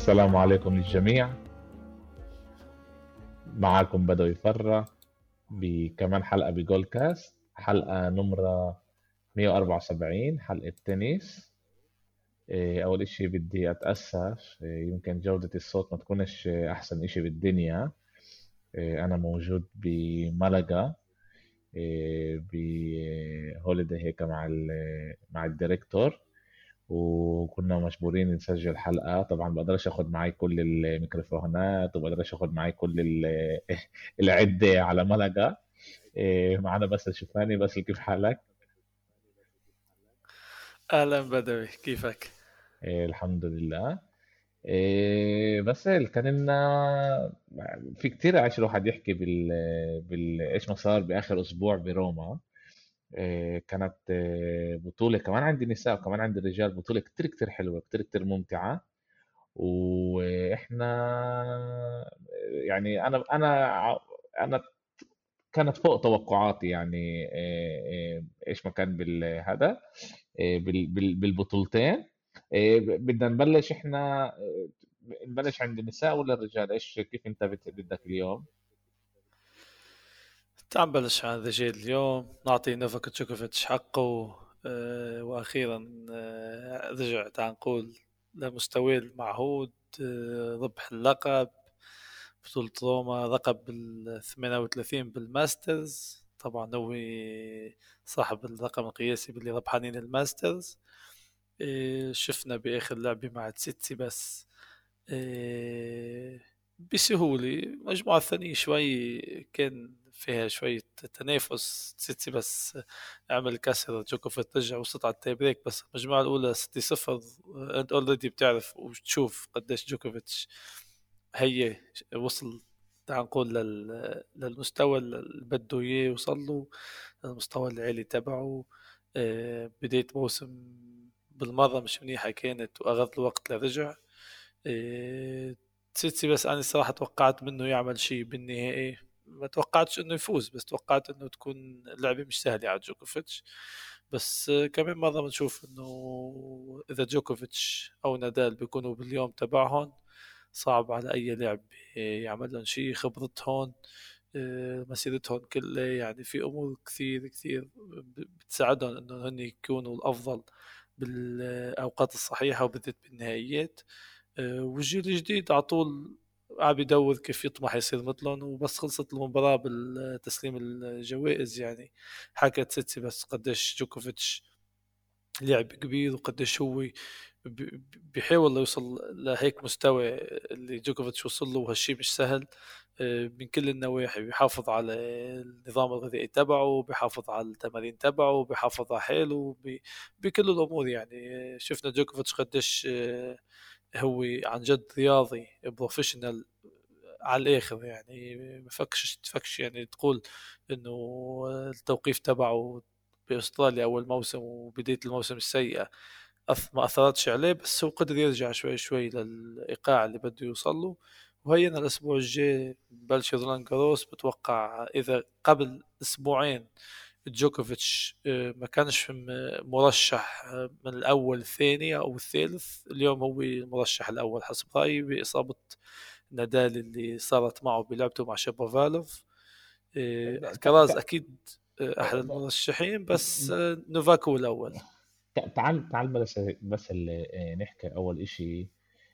السلام عليكم للجميع. معكم بدوي فرة بكمان حلقة بجول كاست، حلقة نمرة 174، حلقة تنس. أول إشي بدي أتأسف، يمكن جودة الصوت ما تكونش أحسن إشي بالدنيا. أنا موجود بملقا بهوليدي هيك مع الديريكتور، وكنا مجبورين نسجل حلقة. طبعا بقدرش اخد معي كل الميكروفونات، وبقدرش اخد معي كل العدة على ملقا. معنا بس الشوفاني. بس كيف حالك؟ أهلا بدوي، كيفك؟ الحمد لله. بس كان لنا في كتير عايش الواحد يحكي ايش ما صار باخر اسبوع بروما. كانت بطولة كمان عندي نساء وكمان عندي رجال، بطولة كتير كتير حلوة، كتير كتير ممتعة. واحنا يعني انا كانت فوق توقعاتي، يعني ايش ما كان بالهذا، بالبطولتين. بدنا نبلش احنا، نبلش عند النساء ولا الرجال؟ ايش كيف انت بدك اليوم؟ تعال نبلش عن الرجال اليوم، نعطي نوفاك جوكوفيتش حقه. وأخيرا رجع، تعال نقول، لمستواه المعهود. ربح اللقب بطولة روما، لقب ال38 بالماسترز. طبعا هو صاحب الرقم القياسي باللي ربحانين الماسترز. شفنا بآخر لعبة مع تسيتسي بس آه، بسهولة. المجموعة الثانية شوي كان فيها شوية تنافس، تسيتسي بس عمل كسر جوكوفيتش، رجع وصلت على التاي بريك. بس المجموعة الأولى 6-0. أنت أوريدي بتعرف وتشوف قديش جوكوفيتش هي وصل، تعال نقول للمستوى اللي بده إياه يوصل له، المستوى العالي تبعه. بداية موسم بالمرة مش منيحة كانت، وأخذ له وقت لرجع. إيه، تسيتسي بس أنا الصراحة توقعت منه يعمل شيء بالنهائي. ما توقعتش انه يفوز، بس توقعت انه تكون لعبة مش سهلة على جوكوفيتش. بس كمان مرة بنشوف انه اذا جوكوفيتش او نادال بيكونوا باليوم تبعهم، صعب على اي لاعب يعمل لهم شيء. خبرتهم مسيرتهم كلها، يعني في امور كثير كثير بتساعدهم انه هن يكونوا الافضل بالاوقات الصحيحة، وبالذات بالنهائيات. والجيل الجديد على طول عم يدور كيف يطمح يصير مثلهم. وبس خلصت المباراة بالتسليم الجوائز، يعني حكت سيتسي بس قديش جوكوفيتش لعب كبير، وقديش هو بيحاول يوصل لهيك مستوى اللي جوكوفيتش وصل له، وهالشي مش سهل. من كل النواحي بيحافظ على النظام الغذائي تبعه، بيحافظ على التمارين تبعه، بيحافظ على حاله بكل الأمور. يعني شفنا جوكوفيتش قديش هو عن جد رياضي بروفيشنال على الاخر. يعني ما فكش تفكش يعني تقول انه التوقيف تبعه باستراليا اول موسم وبدايه الموسم السيئه ما اثرتش عليه، بس هو قدر يرجع شوي شوي للايقاع اللي بده يوصل له. وهينا الاسبوع الجاي بلش رولان جاروس. بتوقع اذا قبل اسبوعين جوكوفيتش ما كانش مرشح من الأول الثاني أو الثالث، اليوم هو المرشح الأول حسب رأيي، بإصابة نادال اللي صارت معه بلعبته مع شابوفالوف. الكراز أكيد أحد المرشحين، بس نوفاك هو الأول. تعال بس نحكي اول اشي.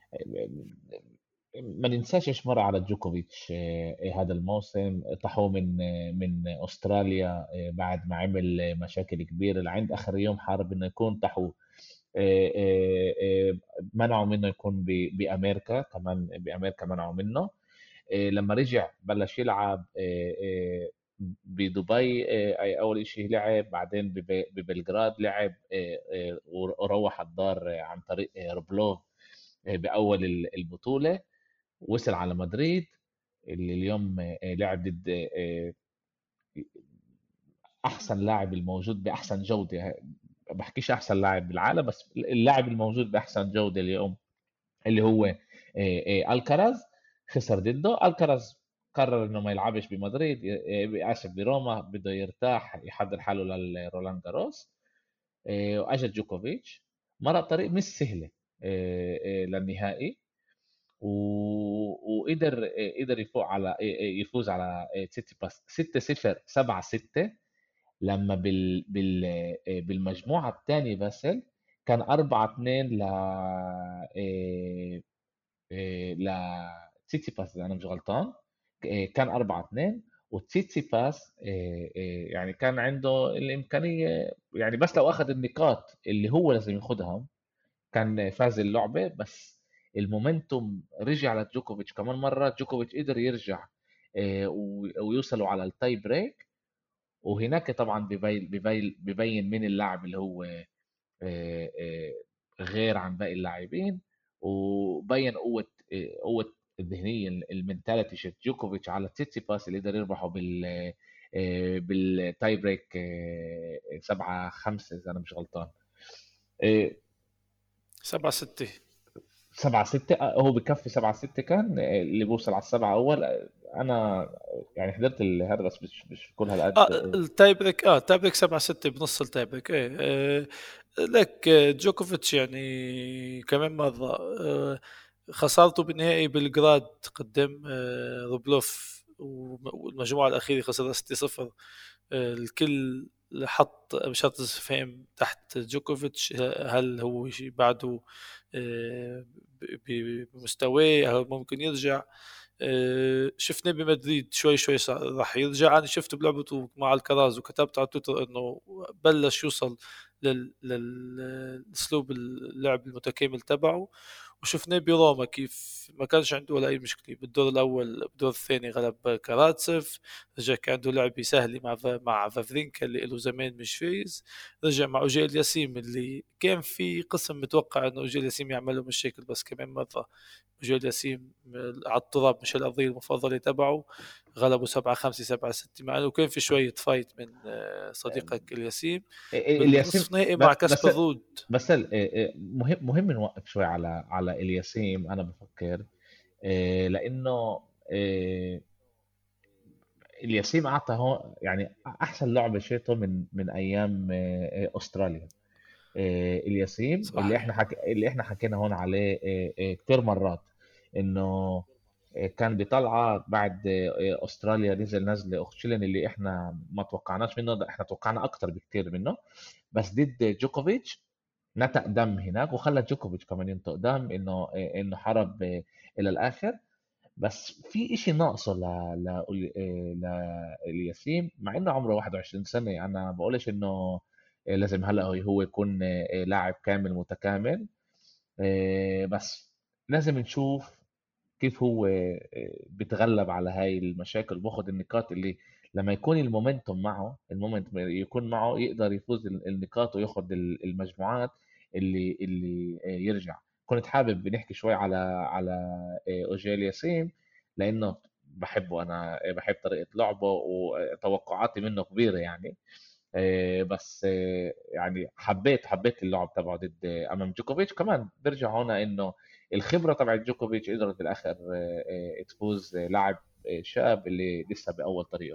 ما ننساش ايش مر على جوكوفيتش. هذا الموسم طحوه من استراليا، بعد ما عمل مشاكل كبيره لعند اخر يوم حارب انه يكون طحوه. منعوا منه يكون بامريكا، كمان بامريكا منعوا منه. لما رجع بلش يلعب بدبي. اول شيء لعب، بعدين ببلغراد لعب، وروح الدار عن طريق ربلوف باول البطوله. وصل على مدريد اللي اليوم لعب ضد احسن لاعب الموجود باحسن جوده. بحكيش احسن لاعب بالعالم، بس اللاعب الموجود باحسن جوده اليوم اللي هو الكراز. خسر ضده الكراز. قرر انه ما يلعبش بمدريد، اسف بروما، بده يرتاح يحضر حاله لرولان جاروس. واجت جوكوفيتش. مرق طريق مش سهله للنهائي. قدر يفوز على تسيتسيباس 6-0 7-6. لما بالمجموعة الثانية باسل كان 4-2 ل تسيتسيباس، إذا أنا مش غلطان. كان 4-2. وتسيتسيباس يعني كان عنده الإمكانية، يعني بس لو أخذ النقاط اللي هو لازم ياخدها كان فاز اللعبة. بس المومنتوم رجع لجوكوفيتش كمان مرة. جوكوفيتش قدر يرجع ويوصلوا على التاي بريك. وهناك طبعا بيبين مين اللاعب اللي هو غير عن باقي اللاعبين. وبين قوة الذهنية، المنتاليتي شت جوكوفيتش على تيتسيباس اللي قدر يربحه بالتاي بريك 7-5 إذا أنا مش غلطان. 7-6. 7-6. هو بكفي 7-6 كان اللي بوصل على السبعة أول. أنا يعني حضرت هذا بس مش في كل هالقد. التايبريك 7-6 بنص التايبريك. ايه لك جوكوفيتش يعني كمان مرة خسارته بالنهائي بلغراد قدام روبلوف، والمجموعة الأخيرة خسرها 6-0. الكل حط شرط استفهام تحت جوكوفيتش، هل هو بعده بمستواه، هل ممكن يرجع؟ شفناه بمدريد شوي شوي راح يرجع. انا شفته بلعبته مع الكراز وكتبت على تويتر انه بلش يوصل للاسلوب اللعب المتكامل تبعه. وشفناه بروما كيف ما كانش عنده ولا اي مشكله بالدور الاول. بالدور الثاني غلب كاراتسف، رجع كان عنده لعبه سهله مع فافرينكا اللي له زمان مش فايز. رجع مع اوجيل ياسيم اللي كان في قسم متوقع انه اوجيل ياسيم يعمل له مشاكل، بس كمان مره اوجيل ياسيم على التراب مش الارضيه المفضله تبعه. غلبوا 7-5 7-6، مع انه كان في شويه فايت من صديقك الياسيم الياسيم. بالنصف نهائي مع بس كسب الرود. مهم نوقف شوي على الياسيم. انا بفكر لانه الياسيم اعطى هون يعني احسن لعبه شيته من ايام استراليا. الياسيم صحيح. اللي احنا حكينا هون عليه كتير مرات، انه كان بيطلع بعد استراليا نزل نزله اوكشيلن اللي احنا ما توقعناش منه. ده احنا توقعنا اكتر بكتير منه. بس ضد جوكوفيتش نتق دم هناك وخلى جوكوفيتش كمان ينطق دم، انه حارب الى الاخر. بس في اشي ناقصه للياسيم مع انه عمره 21 سنة. انا بقولش انه لازم هلا هو يكون لاعب كامل متكامل. بس لازم نشوف كيف هو بيتغلب على هاي المشاكل وباخد النقاط اللي لما يكون المومنتوم يكون معه يقدر يفوز النقاط وياخد المجموعات اللي يرجع. كنت حابب نحكي شوي على اوجيل ياسين لانه بحبه. انا بحب طريقة لعبه وتوقعاتي منه كبيرة يعني. بس يعني حبيت اللعب تبعه ضد امام جوكوفيتش. كمان برجع هنا انه الخبره تبعت جوكوفيتش قدرت بالاخر تفوز لاعب شاب اللي لسه باول طريقه.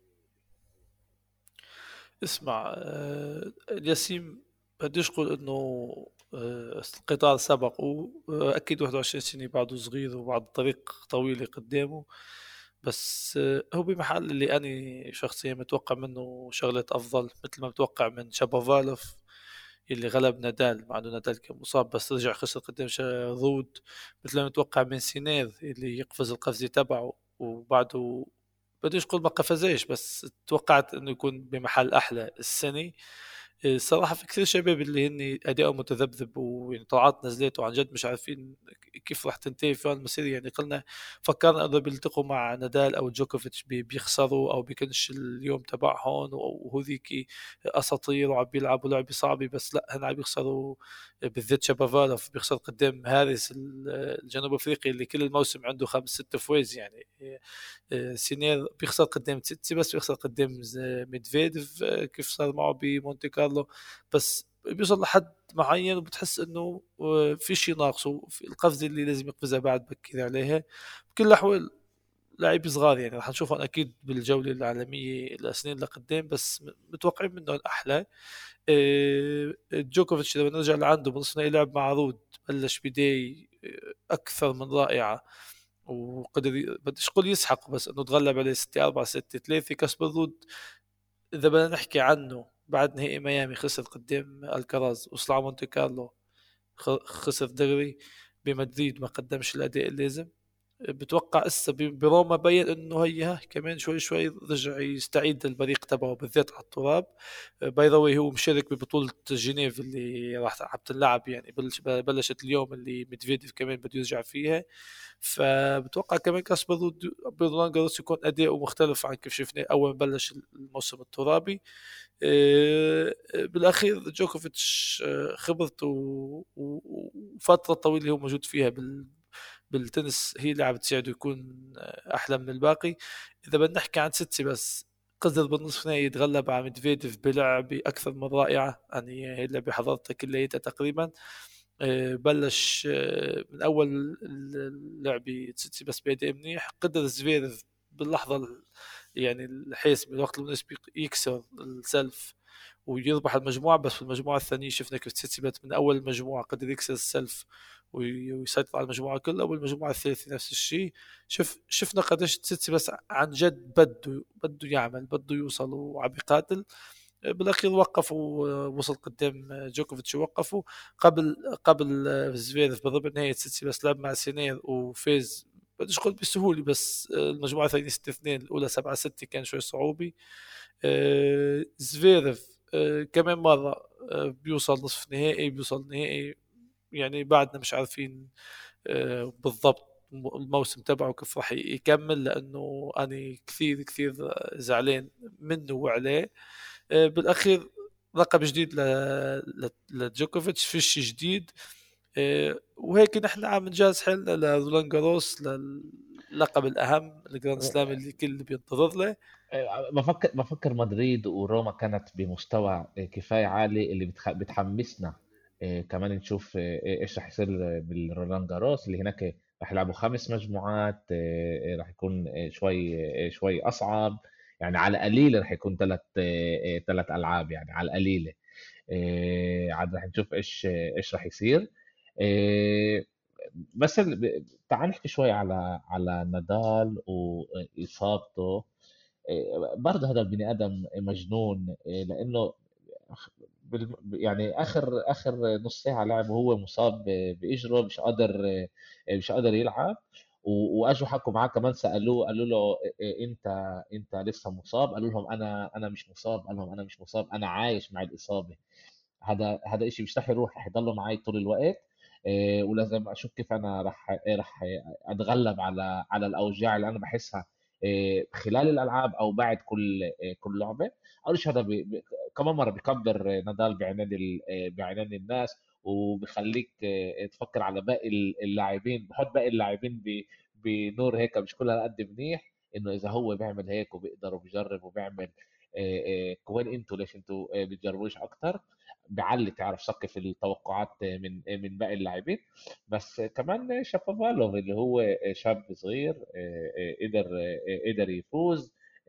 اسمع الياسيم بديش اقول انه القطار سبقه. اكيد 21 سنة بعده صغير وبعد طريق طويلة قدامه. بس هو بمحل اللي أنا شخصيا متوقع منه شغلة أفضل، مثل ما متوقع من شابوفالوف اللي غلب نادال، مع انه نادال كان مصاب بس رجع خسر قدام رود. مثل ما متوقع من سينير اللي يقفز القفزة تبعه وبعده بديش اقول ما قفزيش، بس توقعت انه يكون بمحل احلى السنة. الصراحة في كثير شباب اللي هن أداؤهم متذبذب ويعني طلعات نزلات وعن جد مش عارفين كيف راح تنتهي فيها المسيرة. يعني قلنا فكرنا إذا بيلتقوا مع نادال أو جوكوفيتش بيخسروا أو بيكونش اليوم تبعهم، وهذيك أساطير وعم بيلعبوا لعبة صعبة، بس لا هن عم بيخسروا. بالذات شابافالوف بيخسر قدام هاريس الجنوب أفريقي اللي كل الموسم عنده 5 6 فوز يعني. سينير بيخسر قدام تيتسي بس بيخسر قدام ميدفيديف كيف صار معه بمونتي كارلو. بس بيوصل لحد معين وبتحس انه في شيء ناقصه في القفزه اللي لازم يقفزها بعد بكير عليها. بكل الاحوال لاعبي صغار يعني راح نشوفهم اكيد بالجوله العالميه لسنين لقدام، بس متوقعين منه الاحلى. جوكوفيتش لما نرجع لعنده بنص نهائي لعب مع رود، بلش بداية اكثر من رائعه، بديش اقول يسحق، بس انه تغلب عليه 6-4 6-3. كاسبر رود اذا بدنا نحكي عنه بعد نهائي ميامي خسر قدام الكراز، وصل على مونte كارلو خسر دغري. بمدريد ما قدمش الاداء اللازم. بتوقع هسه بروما بين انه هي كمان شوي شوي رجع يستعيد البريق تبعه بالذات على التراب. باي ذا واي هو مشارك ببطولة جنيف اللي راح تلعب، يعني بلشت اليوم، اللي ميدفيديف كمان بده يرجع فيها. فبتوقع كمان كاسبر برولان جاروس يكون اداؤه مختلف عن كيف شفناه اول ما بلش الموسم الترابي. بالاخير جوكوفيتش خبرته وفتره طويله اللي هو موجود فيها بالتنس هي اللي عم تساعده يكون احلى من الباقي. اذا بدنا نحكي عن سيتسي بس، قدر بالنصف نهائي يتغلب على ميدفيديف بلعبة أكثر من رائعة. يعني هي اللعبة حضرتها كليتها تقريبا. بلش من أول اللعبة سيتسي بس بأداء منيح. قدر زفيرف باللحظة يعني الحاسمة، الوقت المناسب يكسر السلف ويربح المجموعة. بس في المجموعة الثانية شفنا كيف تسيبت من أول المجموعة قدر يكسر السلف ويسيطر على المجموعة كلها. والمجموعة الثالثة نفس الشيء. شفنا قديش تسيتسي بس عن جد بده يعمل، بده يوصل وعم يقاتل. بالاخير وقفوا، وصل قدام جوكوفيتش ووقفوا. قبل زفيرف بالربع نهائي سيتسي بس لعب مع سينير وفاز، بديش اقول بسهوله، بس المجموعه الثانيه 6-2، الاولى 7-6 كان شوي صعوبه. زفيرف كمان مره بيوصل نصف نهائي، بيوصل نهائي. يعني بعدنا مش عارفين بالضبط الموسم تبعه كيف راح يكمل، لانه انا كثير كثير زعلان منه وعليه. بالاخير لقب جديد لجوكوفيتش، في شيء جديد. وهيك نحن عم نجهز حالنا لرولان جاروس، للقب الاهم، الجراند سلام اللي الكل بينتظر له. بفكر مدريد وروما كانت بمستوى كفاية عالي اللي بتحمسنا. كمان نشوف ايش رح يصير بالرولان جاروس اللي هناك. رح يلعبوا 5 مجموعات. رح يكون شوي اصعب. يعني على قليل رح يكون 3 العاب، يعني على القليله. عاد رح نشوف ايش رح يصير. آه، بس تعال نحكي شوي على نادال واصابته. برضه هذا البني ادم مجنون. لانه يعني اخر نص ساعه لعب وهو مصاب باجره، مش قادر يلعب. واجوا حكوا معاه كمان، سالوه قالوا له انت لسه مصاب؟ قالوا لهم انا مش مصاب. قال لهم انا مش مصاب، انا عايش مع الاصابه. هذا شيء مش رح يروح، رح يضل معي طول الوقت. ولازم اشوف كيف انا رح اتغلب على الاوجاع اللي انا بحسها خلال الالعاب او بعد كل لعبه. اول شيء هذا كمان مره بكبر نادال بعينين الناس، وبخليك تفكر على باقي اللاعبين، بحط باقي اللاعبين بنور هيك مش كلها قد منيح. انه اذا هو بيعمل هيك وبيقدر وبيجرب وبيعمل، كوين انتوا ليش انتوا بتجربوش اكتر؟ بيعلي، تعرف، سقف التوقعات من باقي اللاعبين. بس كمان شابوفالوف اللي هو شاب صغير، قدر يفوز.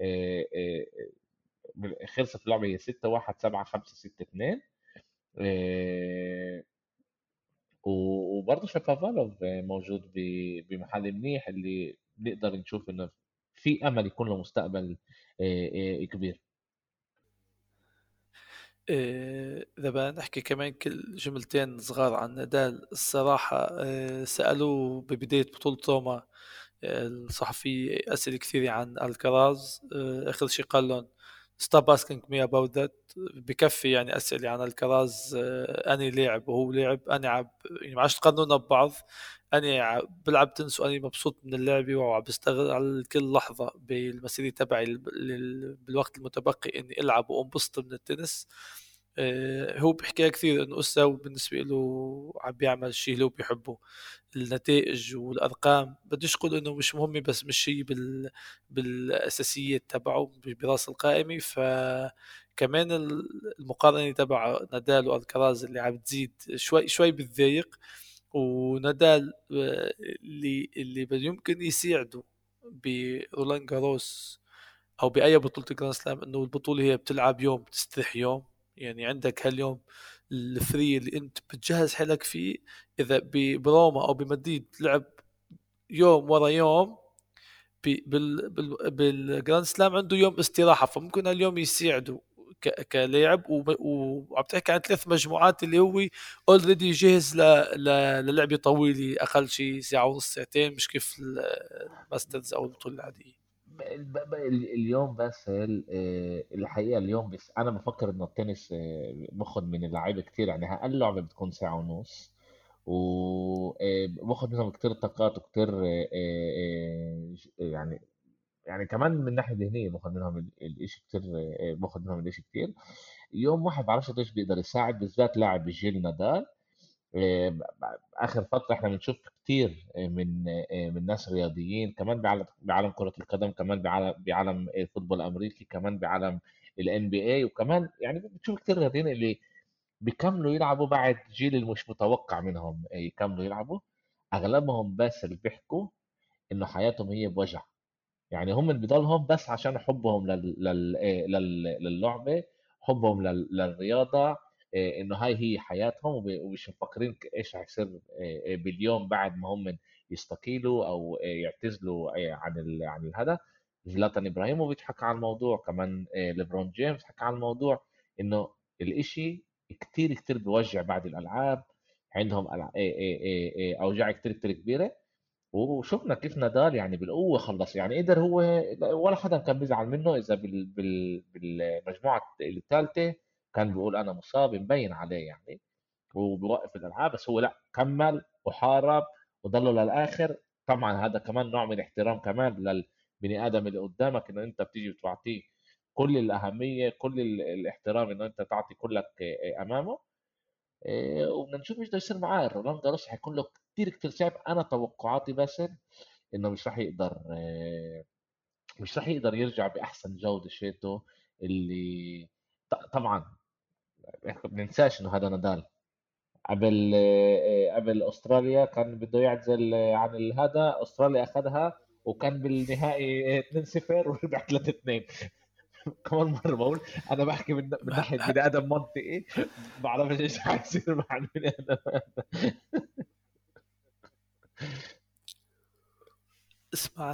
خلصت اللعبة هي 6-1 7-5 6-2. وبرضه شابوفالوف موجود بمحل منيح، اللي نقدر نشوف انه في امل يكون له مستقبل كبير. إذا بدنا نحكي كمان كل جملتين صغار عن نادال الصراحة. سألوه ببداية بطولة روما الصحفي أسئلة كثيرة عن الكراز. آخر شيء قال لهم stop asking me about that. بكفي يعني أسئلة عن الكراز. أنا لاعب وهو لاعب، أنا يعني ما عادش تقارنونا ببعض. أنا بلعب تنس وأنا مبسوط من اللعبة وعم بستغل على كل لحظة بالمسيرة تبعي بالوقت المتبقي إني ألعب وأنبسط من التنس. هو بيحكيها كثير إنه أسا بالنسبة له عم بيعمل الشيء اللي هو بيحبه. النتائج والارقام بديش اقول انه مش مهمه، بس مش هي بالاساسيه تبعه براس القائمه. فكمان المقارنه تبع نادال والكراز اللي عم تزيد شوي شوي بتضايق. ونادال اللي بده يمكن يساعده برولان جاروس او باي بطوله جراند سلام، انه البطوله هي بتلعب يوم، تستريح يوم. يعني عندك هاليوم الفري اللي انت بتجهز حالك فيه، اذا بروما او بمدريد لعب يوم ورا يوم بالجراند سلام عنده يوم استراحه، فممكن اليوم يساعده كلاعب. وعم تحكي عن 3 مجموعات اللي هو اوريدي جاهز للعبه طويله، اقل شيء ساعه ونص ساعتين، مش كيف الماسترز او البطوله العاديه. اليوم بس الحقيقه اليوم بس انا بفكر انه التنس باخد من اللعيبه كتير، يعني اقل لعبه بتكون ساعه ونص، وباخد منهم كتير طاقات وكتير يعني كمان من ناحيه ذهنيه باخد منهم الاشي كتير، باخد منهم الاشي كتير. يوم واحد بعرفش قديش بيقدر يساعد، بالذات لاعب بجيل نادال. آخر فترة احنا بنشوف كتير من ناس رياضيين كمان بعالم كرة القدم، كمان بعالم الفوتبول الأمريكي، كمان بعالم ال NBA، وكمان يعني بتشوف كتير رياضيين اللي بيكملوا يلعبوا بعد جيل اللي مش متوقع منهم يكملوا يلعبوا. أغلبهم بس اللي بيحكوا إنه حياتهم هي بوجع، يعني هم اللي بيضلهم بس عشان حبهم للعبة، حبهم للرياضة، انه هاي هي حياتهم، ومش مفكرين ايش هيصير باليوم بعد ما هم يستقيلوا او يعتزلوا عن الهدف. زلاتان ابراهيموفيتش حكى عن الموضوع، كمان ليبرون جيمس حكى عن الموضوع، انه الاشي كتير كتير بيوجع بعد الالعاب، عندهم اوجاع كتير كتير كبيرة. وشفنا كيف نادال يعني بالقوة خلص، يعني قدر هو، ولا حدا كان بيزعل منه إذا بالمجموعة الثالثة كان بيقول أنا مصاب مبين عليه يعني، وبيوقف الألعاب، بس هو لا كمل وحارب وضله للآخر. طبعا هذا كمان نوع من الاحترام كمان للبني آدم اللي قدامك، إنه أنت بتيجي بتعطيه كل الأهمية، كل الاحترام، إنه أنت تعطي كلك أمامه. وبدنا نشوف ايش بده يصير معاه. رولان جاروس حيكون له كتير كتير صعب. انا توقعاتي بس انه مش راح يقدر يرجع باحسن جوده شيته اللي طبعا ما بننساش انه هذا نادال قبل استراليا كان بده يعزل عن هذا، استراليا اخذها وكان بالنهائي 2-0 وربح 3-2. كمان مره بقول انا بحكي من ناحيه بني ادم منطقي، بعرفش ايش حيصير مع البني ادم. اسمع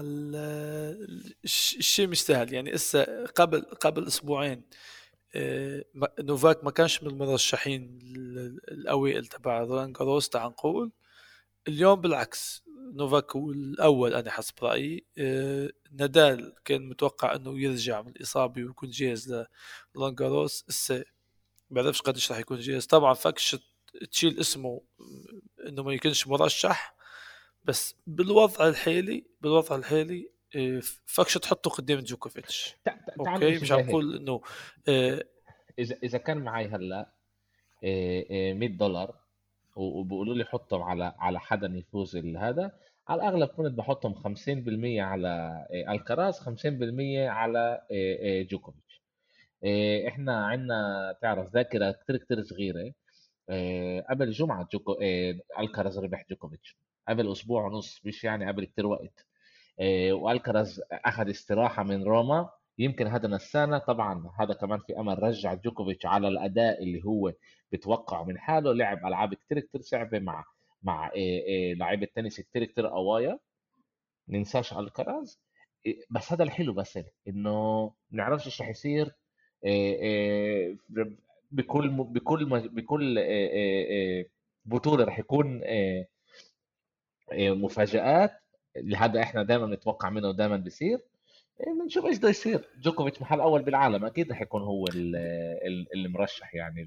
الشيء مش سهل يعني. اسا قبل اسبوعين نوفاك ما كانش من المرشحين الاوائل تبع رولان جاروس، تعال نقول. اليوم بالعكس، نوفاك هو الاول انا حسب رايي. نادال كان متوقع انه يرجع من الاصابه ويكون جاهز لرولان جاروس. هسه بعرفش قديش راح يكون جاهز. طبعا فكش تشيل اسمه انه ما يكونش مرشح، بس بالوضع الحالي فكش تحطه قدام جوكوفيتش. تعال اوكي، نمشي مش عم زي هيك. نقول انه آه، اذا كان معي هلا $100 وبيقولوا لي حطهم على حدا يفوز هذا، على الاغلب كنت بحطهم 50% على الكراز، 50% على جوكوفيتش. احنا عندنا تعرف ذاكره كتير كتير صغيره. قبل جمعه الكراز ربح جوكوفيتش، قبل اسبوع ونص، مش يعني قبل كتير وقت. والكراز اخذ استراحه من روما، يمكن هذا نسانا. طبعا هذا كمان في امل رجع جوكوفيتش على الاداء اللي هو بتوقعه من حاله. لعب العاب كتير كتير صعبه مع لاعيبه تنس كتير كتير قوايا، ننساش الكراز. بس هذا الحلو بس انه ما نعرفش ايش رح يصير بكل بطوله رح يكون مفاجآت. هذا احنا دائما نتوقع منه ودائما بيصير. بنشوف ايش بده يصير. جوكوفيتش محل اول بالعالم، اكيد رح يكون هو المرشح يعني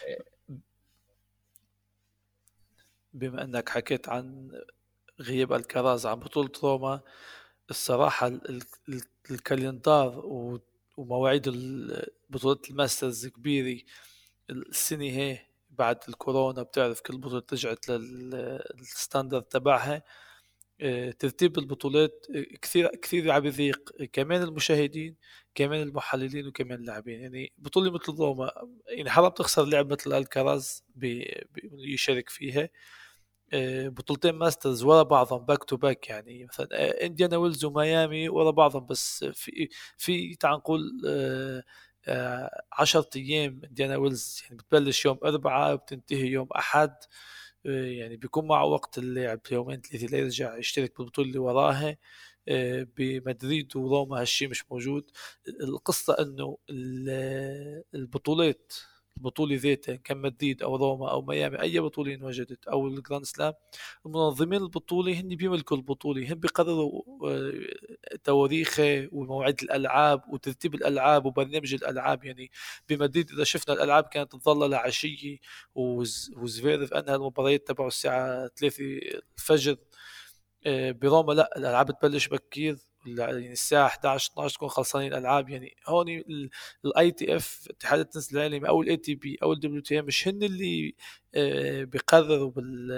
بما انك حكيت عن غياب الكراز عن بطولة روما، الصراحة الكالندار ومواعيد بطولة الماسترز كبيرة السنة هي. بعد الكورونا بتعرف كل بطولة رجعت للستاندرد تبعها. ترتيب البطولات كثير كثير عم يضيق كمان المشاهدين، كمان المحللين، وكمان اللاعبين. يعني بطولة مثل روما يعني حرام تخسر لاعب مثل الكراز يشارك فيها. بطولتين ماسترز ورا بعضهم باك تو باك، يعني مثلا انديانا ويلز وميامي ورا بعضهم. بس في تعال نقول 10 أيام إنديانا ويلز، يعني بتبلش يوم أربعة وبتنتهي يوم أحد. يعني بيكون معه وقت اللعب يومين ثلاثة ليرجع يشترك بالبطولة اللي وراها. بمدريد وروما هالشي مش موجود. القصة انه البطولات، البطولة ذاتها كان مدريد او روما او ميامي، اي بطولة انوجدت او الجراند سلام، المنظمين البطولة هن بيملكوا البطولة، هن بيقرروا تواريخها ومواعيد الالعاب وترتيب الالعاب وبرنامج الالعاب. يعني بمدريد اذا شفنا الالعاب كانت تظل لعشية، وزفيرف انهى المباريات تبعه الساعة 3 الفجر. بروما لا، الالعاب تبلش بكير، يعني الساعه 11 12 تكون خلصانين الالعاب. يعني هون الاي تي اف، اتحاد التنس العالمي، او الاي تي بي او الدبليو تي ام، مش هن اللي بيقرروا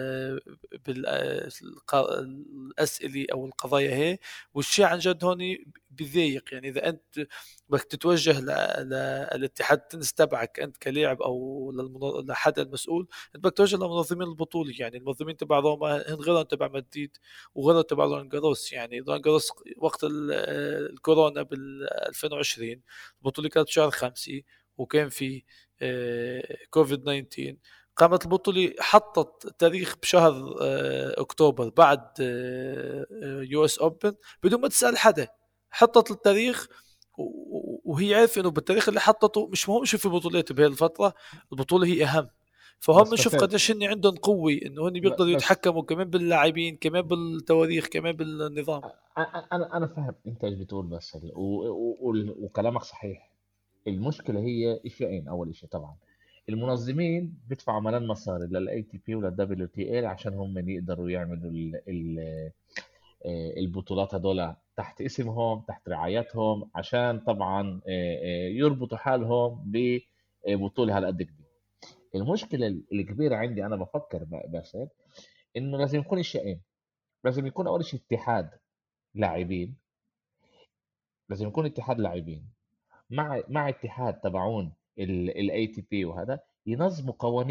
بالاسئله او القضايا هي. والشيء عن جد هون بضايق. يعني اذا انت بدك تتوجه للاتحاد التنس تبعك انت كلاعب او لحدا المسؤول، انت بدك تتوجه لمنظمين البطوله. يعني المنظمين تبع روما هن غيرهم تبع مدريد وغيره تبع رولان جاروس. يعني رولان جاروس وقت الكورونا بال 2020 البطولة كانت بشهر 5 وكان في كوفيد 19. قامت البطولة حطت تاريخ بشهر أكتوبر بعد يو اس اوبن بدون ما تسأل حدا. حطت التاريخ وهي عارفة انه بالتاريخ اللي حطته مش مهم شو في بطولات بهي الفترة، البطولة هي أهم. فهم بس بنشوف بس قديش هن عندهم قوة انه هن بيقدروا بس يتحكموا كمان باللاعبين، كمان بالتواريخ، كمان بالنظام. انا فاهم انت ايش بتقول، بس وكلامك صحيح. المشكله هي شيئين. اول شيء طبعا المنظمين بيدفعوا ملان مصاري للاي تي بي وللدبليو تي ال عشان هم يقدروا يعملوا البطولات هدول تحت اسمهم، تحت رعايتهم، عشان طبعا يربطوا حالهم ببطوله هالقد كبير. المشكله الكبيره عندي انا بفكر بس انه لازم يكون الشيئين. لازم يكون اول شيء اتحاد لاعبين، لازم يكون اتحاد لاعبين مع اتحاد تبعون الاي تي بي، وهذا ينظموا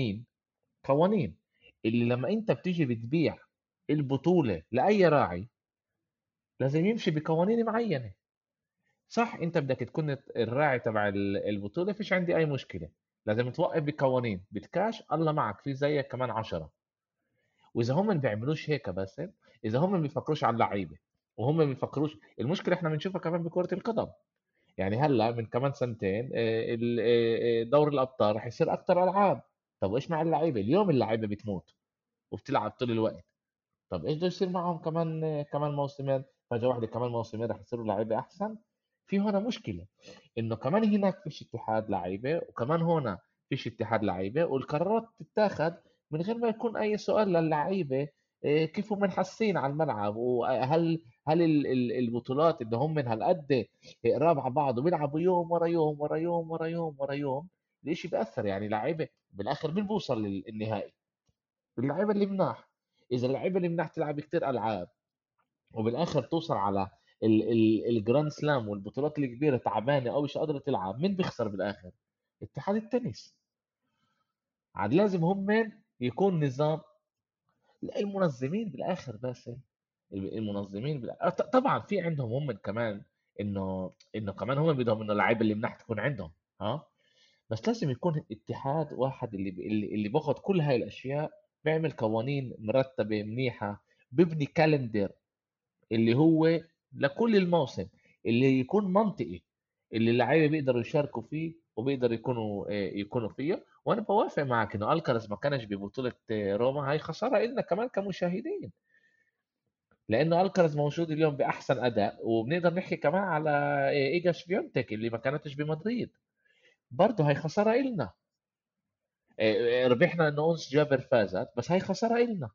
قوانين اللي لما انت بتيجي بتبيع البطولة لأي راعي لازم يمشي بقوانين معينة. صح، انت بدك تكون الراعي تبع البطولة، فيش عندي اي مشكلة. لازم توقف بقوانين بتكاش الله معك في زيك كمان 10. واذا هم ما بيعملوش هيك بس، اذا هم ما بيفكروش على اللعيبة وهم ما بيفكروش، المشكلة احنا بنشوفها كمان بكرة القدم. يعني هلا من كمان سنتين دوري الابطال رح يصير اكثر العاب. طب ايش مع اللعيبه؟ اليوم اللعيبه بتموت وبتلعب طول الوقت. طب ايش بده يصير معهم كمان كمان موسمين؟ فجاه واحده كمان موسمين رح يصيروا لعيبه احسن. في هنا مشكله انه كمان هناك فيش اتحاد لعيبه، وكمان هنا فيش اتحاد لعيبه، والقرارات تتاخد من غير ما يكون اي سؤال للعيبه. كيف هم حاسين على الملعب، وهل البطولات اللي هم من هالقد قراب على بعض وبيلعبوا يوم ورا يوم ورا يوم ورا يوم ورا يوم، الاشي بيأثر. يعني لعيبه بالاخر مين بوصل للنهائي؟ اللعيبه اللي مناح. اذا اللعيبه اللي مناح تلعب كتير العاب وبالاخر توصل على الجراند سلام والبطولات الكبيره تعبانه او مش قادره تلعب، مين بيخسر بالاخر؟ اتحاد التنس. عاد لازم هم يكون نظام المنظمين بالاخر بس. المنظمين طبعا في عندهم هم كمان انه كمان هم بدهم انه اللعيبه اللي مناح تكون عندهم. ها، بس لازم يكون اتحاد واحد اللي باخد كل هاي الاشياء، بيعمل قوانين مرتبه منيحه، بيبني كالندر اللي هو لكل الموسم، اللي يكون منطقي، اللي اللعيبه بيقدروا يشاركوا فيه وبيقدروا يكونوا فيه. وانا بوافق معك انه الكرز ما كانش ببطوله روما، هاي خساره لنا كمان كمشاهدين، لانه الكرز موجود اليوم باحسن اداء. وبنقدر نحكي كمان على ايجا شفيونتك اللي ما كانتش بمدريد، برضه هاي خساره إلنا. ربحنا انه انس جابر فازت، بس هاي خساره إلنا.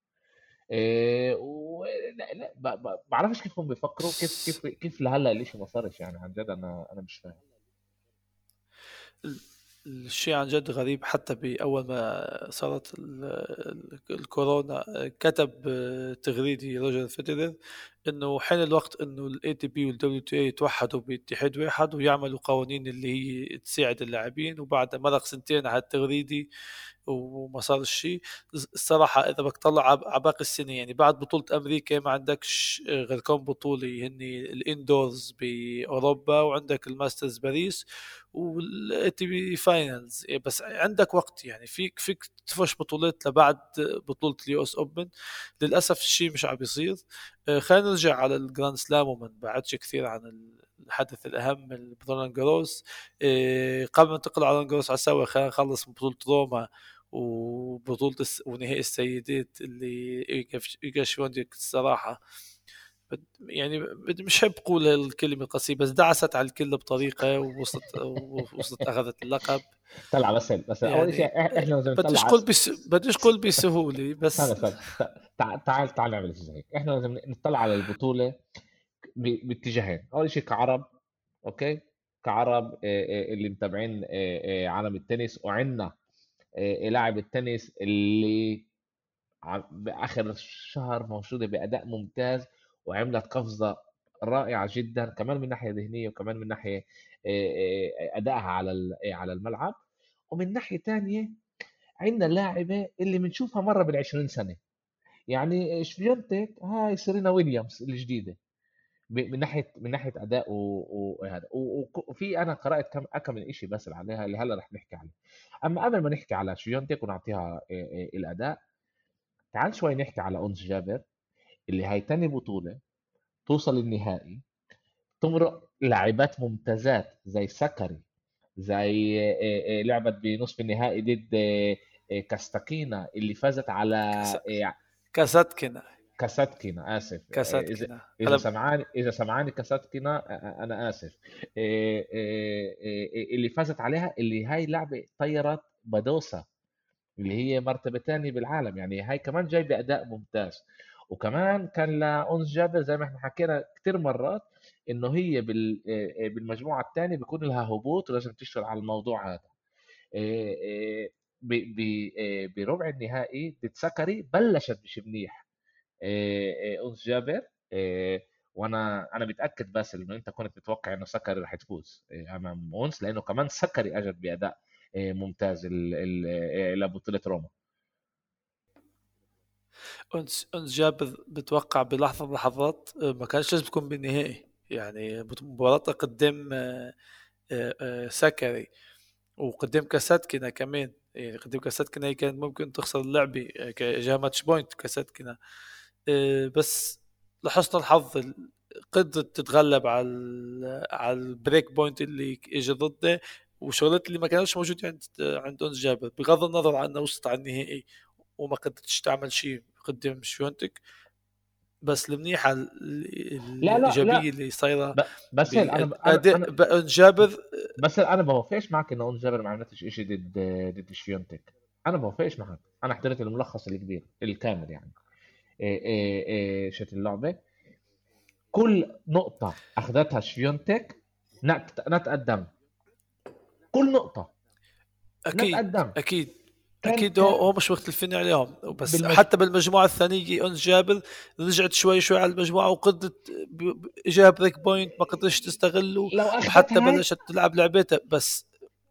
لا لا، بعرفش كيف هم بيفكروا، كيف لهلا الاشي ما صارش. يعني عن جد انا مش فاهم. ال- الشيء عن جد غريب. حتى بأول ما صارت الكورونا كتب تغريدي روجر فيدرر انه حين الوقت انه الاي تي بي والدبليو تي اي يتوحدوا باتحاد واحد ويعملوا قوانين اللي هي تساعد اللاعبين، وبعد مرق سنتين على التغريدي وما صار الشيء. الصراحة إذا بدك تطلع على باقي السنة، يعني بعد بطولة أمريكا ما عندكش غير كم بطولة، هن الإندورز بأوروبا، وعندك الماسترز باريس، والاي تي بي فاينلز. بس عندك وقت، يعني فيك تفش بطولات لبعد بطولة اليو اس اوبن. للأسف الشيء مش عم بيصير. خلينا نرجع على الجراند سلام وما نبعدش كثير عن الحدث الأهم رولان جاروس. قبل ما ننتقل على رولان جاروس على سوا، خلينا نخلص من بطولة روما وبطولة ونهائي السيدات اللي إيجا شونديك الصراحة. يعني مش حب أقول الكلمة القصيرة، بس دعست على الكل بطريقة ووصلت أخذت اللقب. طلع بس اول شيء يعني احنا لازم بديش نطلع. أقول بديش أقول بسهولة، استنى بس استنى، تعال نعمل شيء هيك. احنا لازم نطلع على البطوله باتجاهين. اول شيء كعرب، اوكي، كعرب اللي متابعين عالم التنس، وعندنا لاعب التنس اللي باخر شهر موجوده باداء ممتاز، وعملت قفزه رائعه جدا، كمان من ناحيه ذهنيه، وكمان من ناحيه ادائها على على الملعب. ومن ناحيه تانية عندنا لاعبه اللي بنشوفها مره بال20 سنه، يعني شفيونتك هاي سيرينا ويليامز الجديده، من ناحيه اداء وهذا. وفي انا قرات كم من شيء بس عليها اللي هلا رح نحكي عليه. اما قبل ما نحكي على شفيونتك ونعطيها الاداء، تعال شوي نحكي على أنس جابر، اللي هاي تاني بطولة توصل النهائي، تمرق لاعبات ممتازات زي سكري، زي لعبت بنصف النهائي ضد كاستاكينا اللي فازت على كس... كاساتكنا. كاساتكينا. اسف كاساتكنا اذا هلا. سمعاني كاساتكينا، انا اسف. اللي فازت عليها، اللي هاي لعبه طيرت بدوسا اللي هي مرتبة تاني بالعالم، يعني هاي كمان جايبة أداء ممتاز. وكمان كان لأنس جابر زي ما احنا حكينا كتير مرات، إنه هي بالمجموعة الثانية بيكون لها هبوط ولازم تشتغل على الموضوع هذا. إيه، إيه، بربع النهائي ضد سكري بلشت مش منيح أنس جابر. وانا متاكد بس انه انت كنت متوقع انه سكري رح تفوز امام اونس، لانه كمان سكري اجت باداء ممتاز لبطوله روما. أنس جابر بتوقع بلحظة من اللحظات ما كانش لازم تكون بالنهائي، يعني مباراتها قدام سكري وقدام كاساتكنا كمان. يعني قدام كاساتكنا هي كانت ممكن تخسر اللعبة، جاها ماتش بوينت كاساتكنا. بس لحسن الحظ قدرت تتغلب على البريك بوينت اللي اجى ضده، وشغلات اللي ما كانتش موجودة عند أنس جابر، بغض النظر عن انها وصلت على النهائي وما قدرتش تعمل شيء قدام شوينتك. بس المنيحة لا لا الإيجابية لا، اللي صايرة بس هيك بأداء بأنس جابر. بس انا بوافقش معك انه اونز جابر ما عملتش شيء ضد شفيونتك. انا بوافقش معك، انا حضرت الملخص الكبير الكامل يعني. شت اللعبه، كل نقطه اخذتها شفيونتك نتقدم، كل نقطه أكيد نتقدم. أكيد كان أكيد، هو كان مش مختلفين عليهم. بس بالمج... حتى بالمجموعة الثانية أنس جابر رجعت شوي شوي على المجموعة، وقدرت إجابة بريك بوينت ما قدرتش تستغله، لو وحتى اخذتها هاي. بلشت تلعب لعبتها. بس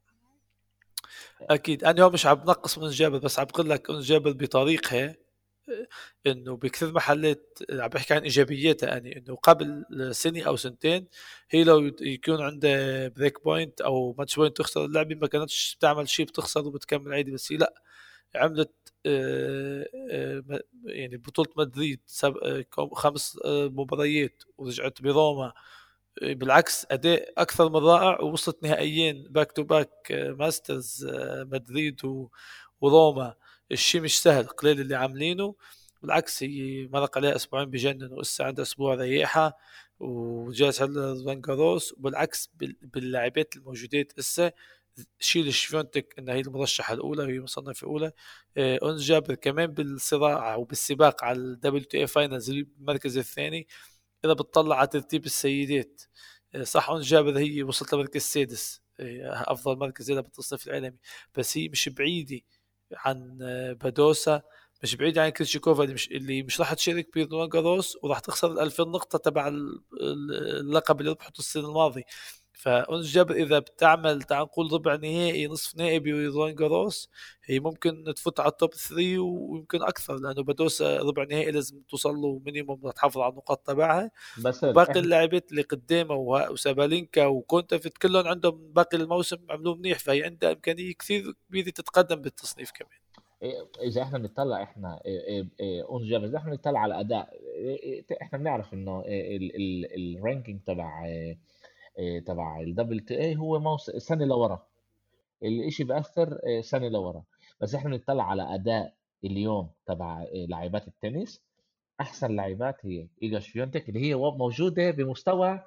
أكيد أنا هو مش عم بنقص من أنس جابر، بس عم بقول لك أنس جابر بطريقها انه بكثير محلات عم بحكي عن ايجابياتها، يعني انه قبل سنه او سنتين هي لو يكون عندها بريك بوينت او ماتش بوينت تخسر اللعبه ما كانتش بتعمل شيء، بتخسر وبتكمل عادي. بس هي لا، عملت يعني بطولة مدريد 5 مباريات ورجعت بروما. بالعكس أداء أكثر من رائع، ووصلت نهائيين باك تو باك، ماسترز مدريد وروما. الشيء مش سهل قليل اللي عاملينه. بالعكس هي مرق عليها أسبوعين بجنن، وإسا عندها أسبوع رياحة وجالس هلا رولان جاروس. وبالعكس باللاعبات الموجودات إسا شيل شفيونتك انها هي المرشحه الاولى وهي مصنفه اولى. اونز جابر كمان بالصراع وبالسباق على الدبليو تي اي فاينلز اللي بالمركز الثاني. اذا بتطلع على ترتيب السيدات، صح اونز جابر هي وصلت للمركز السادس، افضل مركز لها بالتصنيف العالمي، بس هي مش بعيده عن بادوسا مش بعيد عن كريتشيكوفا اللي مش راح تشارك برولان جاروس، وراح تخسر ال 2000 نقطة تبع اللقب اللي ربحته السنة الماضية. فأنس جابر إذا بتعمل تعال نقول ربع نهائي نصف نهائي برولان جاروس، هي ممكن تفوت على التوب 3 ويمكن أكثر، لأنه بدوسة ربع نهائي لازم توصل له مينيموم تحافظ على النقاط تبعها. بس وباقي احنا اللاعبات اللي قدامه وسابالينكا وكونتافيت كلهم عندهم باقي الموسم عملوه منيح، فهي عندها إمكانية كثير كبيرة تتقدم بالتصنيف كمان. اذا احنا بنطلع احنا اون جيم، اذا احنا بنطلع على اداء، احنا بنعرف انه الرانكينج تبع الدبليو تي اي هو سنه لورا، الاشي بأثر سنه لورا. بس احنا بنطلع على اداء اليوم تبع لاعبات التنس. احسن لاعبات هي ايجا شفيونتك، اللي هي موجوده بمستوى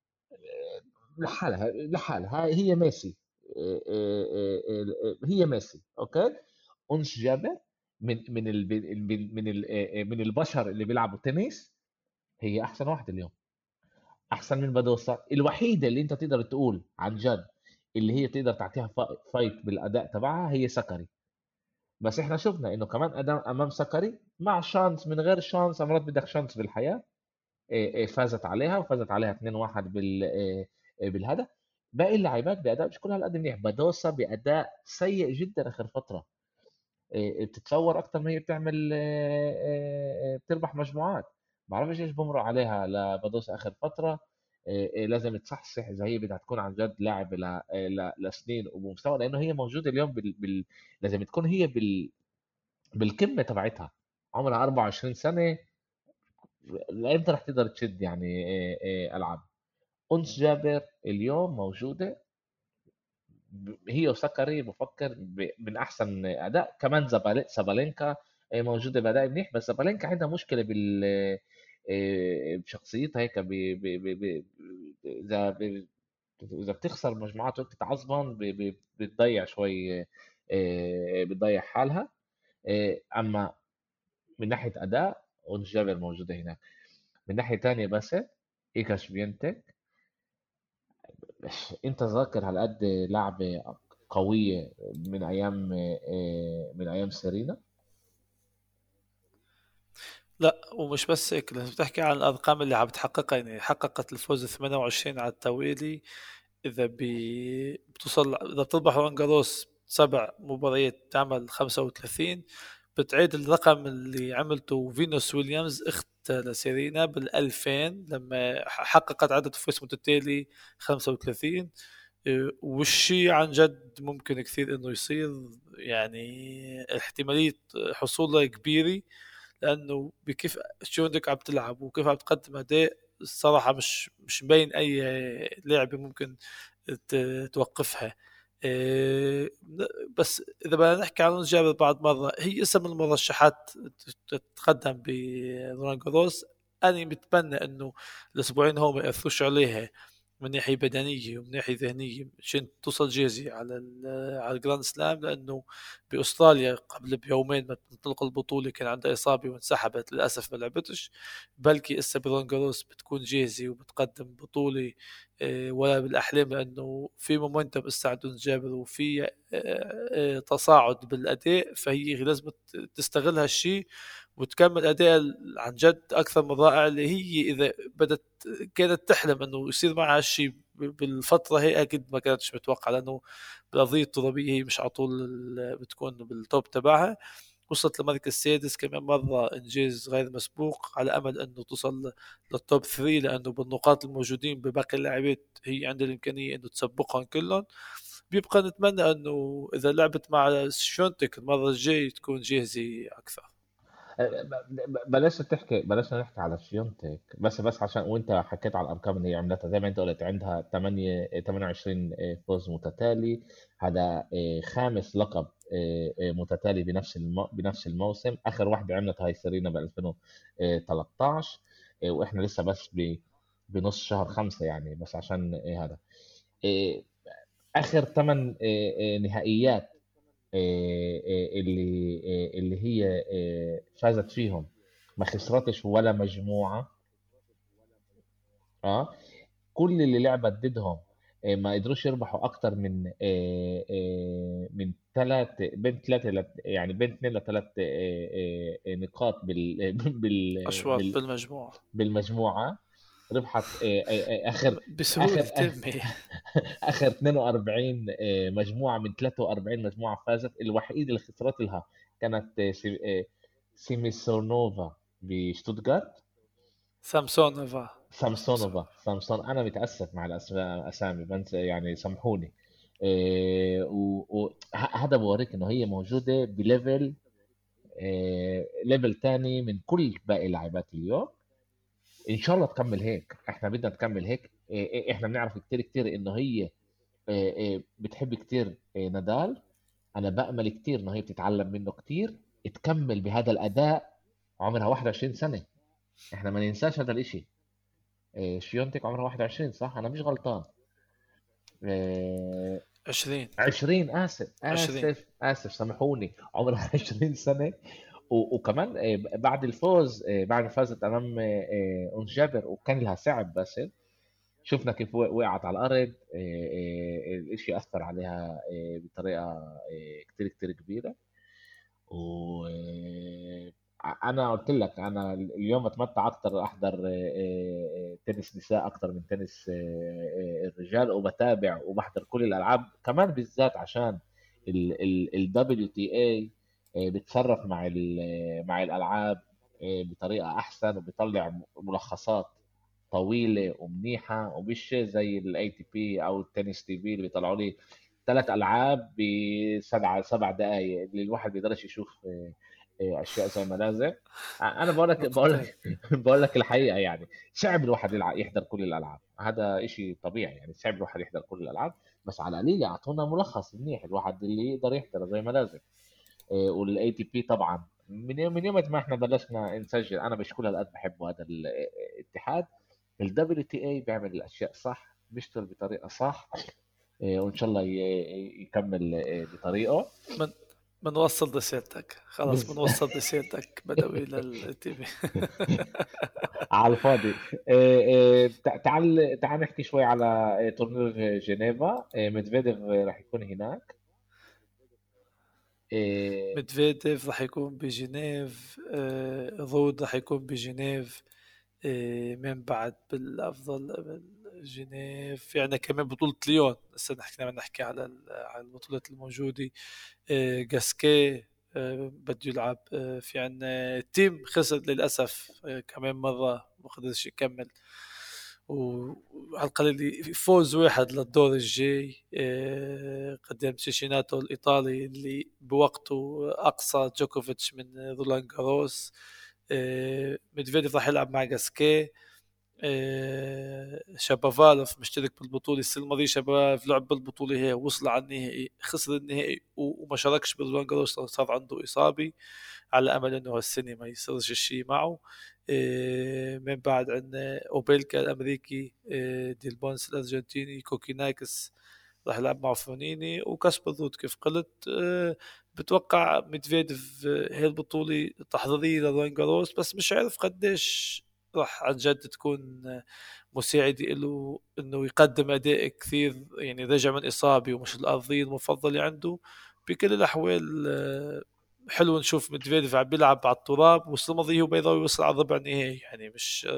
لحالها هي ميسي. هي ميسي، اوكي. انس جابر من البشر اللي بيلعبوا تنس، هي احسن واحده اليوم، احسن من بادوسا. الوحيده اللي انت تقدر تقول عن جد اللي هي تقدر تعطيها فايت بالاداء تبعها هي سكري. بس احنا شفنا انه كمان امام سكري مع شانس من غير شانس، امرات بدك شانس بالحياه. فازت عليها، وفازت عليها 2-1 بالهدف. باقي اللاعبات باداء مش كل هالقد منيح. بادوسا باداء سيء جدا اخر فتره. بتتطور اكتر ما هي بتعمل، بتربح مجموعات. ما بعرفش ايش بمرق عليها لبادوسا اخر فتره. لازم تصحصح اذا هي بدها تكون عن جد لاعب لسنين وبمستوى، لانه هي موجوده اليوم لازم تكون هي بالقمه تبعتها. عمرها 24 سنه، امتى رح تقدر تشد يعني العاب؟ أنس جابر اليوم موجودة، هي وسكري بفكر من أحسن أداء. كمان زبالينكا موجودة بأداء منيح، بس زبالينكا عندها مشكلة بشخصيتها هيك. إذا بتخسر مجموعات وقت تعصبن بتضيع شوي، بتضيع حالها. أما من ناحية أداء أنس جابر موجودة هناك. من ناحية تانية بس إيكاش بينتك، انت ذاكر على قد لعبة قوية من ايام سيرينا. لا، ومش بس هيك، لازم تحكي عن الأرقام اللي عم تحققها. يعني حققت الفوز 28 على التوالي. إذا بتوصل، إذا بتربح رولان جاروس 7 مباريات تعمل 35، بتعيد الرقم اللي عملته فينوس ويليامز أخت لسيرينا بال2000 لما حققت عدد فوز متتالي 35. والشي عن جد ممكن كثير إنه يصير، يعني احتمالية حصوله كبيرة، لانه بكيف شو عندك عم تلعب وكيف عم تقدم اداء، الصراحه مش مبين اي لعبه ممكن توقفها. إيه، بس اذا بدنا نحكي عن جابر بعد مره، هي اسم المرشحات تتقدم برولان جاروس. انا بتمنى انه الاسبوعين هم ما ياثروش عليها من ناحيه بدنيه ومن ناحيه ذهنيه، عشان توصل جاهزه على الجراند سلام. لانه باستراليا قبل بيومين ما تنطلق البطوله كان عندها اصابه وانسحبت للاسف ما لعبتش. بلكي اسا برولان جاروس بتكون جاهزه وبتقدم بطوله ولا بالاحلام، لانه في مومنتم اسا عندهم جابر، وفي تصاعد بالاداء، فهي لازم تستغل هالشيء وتكمل اداء عن جد اكثر من رائع. اللي هي اذا بدت كانت تحلم انه يصير معها هالشيء بالفتره هي، اكيد ما كانتش متوقعه، لانه بالقضيه الترابيه هي مش على طول بتكون بالتوب تبعها. وصلت للمركز السادس كمان مرة، إنجاز غير مسبوق، على أمل أنه توصل للتوب 3، لأنه بالنقاط الموجودين بباقي اللاعبات هي عندها الإمكانية أنه تسبقهم كلهم. بيبقى نتمنى أنه إذا لعبت مع شونتك المرة الجاي تكون جاهزة أكثر. بلاش نحكي على شيونتك، بس عشان وانت حكيت على الارقام اللي هي عملتها زي ما انت قلت، عندها 28 فوز متتالي. هذا خامس لقب متتالي بنفس الموسم. اخر واحده عملتها هاي سيرينا ب 2013. واحنا لسه بس بنص شهر 5 يعني، بس عشان هذا آه، اخر 8 نهائيات اللي هي فازت فيهم، ما خسرتش ولا مجموعة. اه كل اللي لعبت ضدهم ما قدروش يربحوا اكتر من 3 يعني بين 2 ل3 نقاط اشواط بالمجموعه بالمجموعة. ربحت آخر بسهوله تمي. آخر 42 مجموعة من 43 مجموعة فازت. الوحيد اللي خسرت لها كانت سيميسونوفا بشتوتغارت. سامسونوفا. سامسون. سامسون. انا متاسف مع الاسامي بنسى يعني، سامحوني. وهذا بوريك انه هي موجوده بليفل، ليفل تاني من كل باقي لاعبات اليوم. ان شاء الله تكمل هيك، احنا بدنا تكمل هيك. احنا بنعرف كتير كتير انه هي بتحب كتير نادال. انا بامل كتير انه هي بتتعلم منه كتير، تكمل بهذا الاداء. عمرها 21 سنه، احنا ما ننساش هذا الاشي. شيونتك عمرها 21 صح؟ انا مش غلطان. آه، 20. 20. اسف 20. اسف اسف، سامحوني. عمرها 20 سنه. وكمان بعد الفوز، بعد ما فازت امام انس جابر وكان لها صعب، بس شفنا كيف وقعت على الارض. الاشي اثر عليها بطريقه كتير كتير كبيره. وانا قلت لك انا اليوم اتمتع اكتر احضر تنس نساء اكتر من تنس الرجال، وبتابع وبحضر كل الالعاب كمان، بالذات عشان ال WTA بتصرف مع الالعاب بطريقه احسن، وبيطلع ملخصات طويله ومنيحه، ومش زي الاي تي بي او التنس تي في اللي بيطلعوا لي 3 العاب ب7 دقائق اللي الواحد بيقدرش يشوف اشياء زي ما لازم. انا بقول نقطتين. لك بقول لك الحقيقه يعني. صعب الواحد يحضر كل الالعاب، هذا إشي طبيعي يعني. صعب الواحد يحضر كل الالعاب، بس على القليل يعطونا ملخص منيح الواحد اللي يقدر يحضر زي ما لازم. والاي تي بي طبعا من يوم ما احنا بلشنا نسجل انا مش كل هالقد بحبه هذا الاتحاد. الدبليو تي اي بيعمل الاشياء صح، بيشتغل بطريقه صح. وان شاء الله يكمل بطريقه. من بنوصل رسالتك، خلاص بس بنوصل رسالتك بدوي للتي في. على الفاضي. تعال نحكي شوي على تورنير جنيفا. ميدفيديف راح يكون هناك. آه، ميدفيديف راح يكون بجنيف، رود راح يكون بجنيف. من بعد بالأفضل جنيف في عندنا كمان بطولة ليون، هسه نحكي على على البطولات الموجودة. جاسكي بده يلعب. في عندنا تيم خسر للأسف كمان مرة ما قدرش يكمل. وعلى القليل فوز واحد للدور الجاي قدام تشيشيناتو الإيطالي اللي بوقته أقصى جوكوفيتش من رولان جاروس. ميدفيديف راح يلعب مع جاسكي. شابافالوف مشترك بالبطولة السنة الماضية. شابافالوف لعب بالبطولة هي، وصل على النهائي، خسر النهائي وما شاركش برولان جاروس، صار عنده إصابة. على أمل إنه هالسنة ما يصيرش الشيء معه. من بعد عندنا أوبيلكا الأمريكي، ديل بونس الأرجنتيني، كوكيناكس راح يلعب مع فونيني، وكاسبر رود كيف قلت. بتوقع ميدفيديف هي البطولة تحضيرية لروان جاروس، بس مش عارف قديش راح عن جد تكون مساعدة له انه يقدم اداء كثير. يعني رجع من اصابة ومش الارضية المفضلة عنده. بكل الاحوال حلو نشوف ميدفيديف عم بيلعب على التراب، والسنة الماضية هو بيضاوي يوصل على ربع نهائي، يعني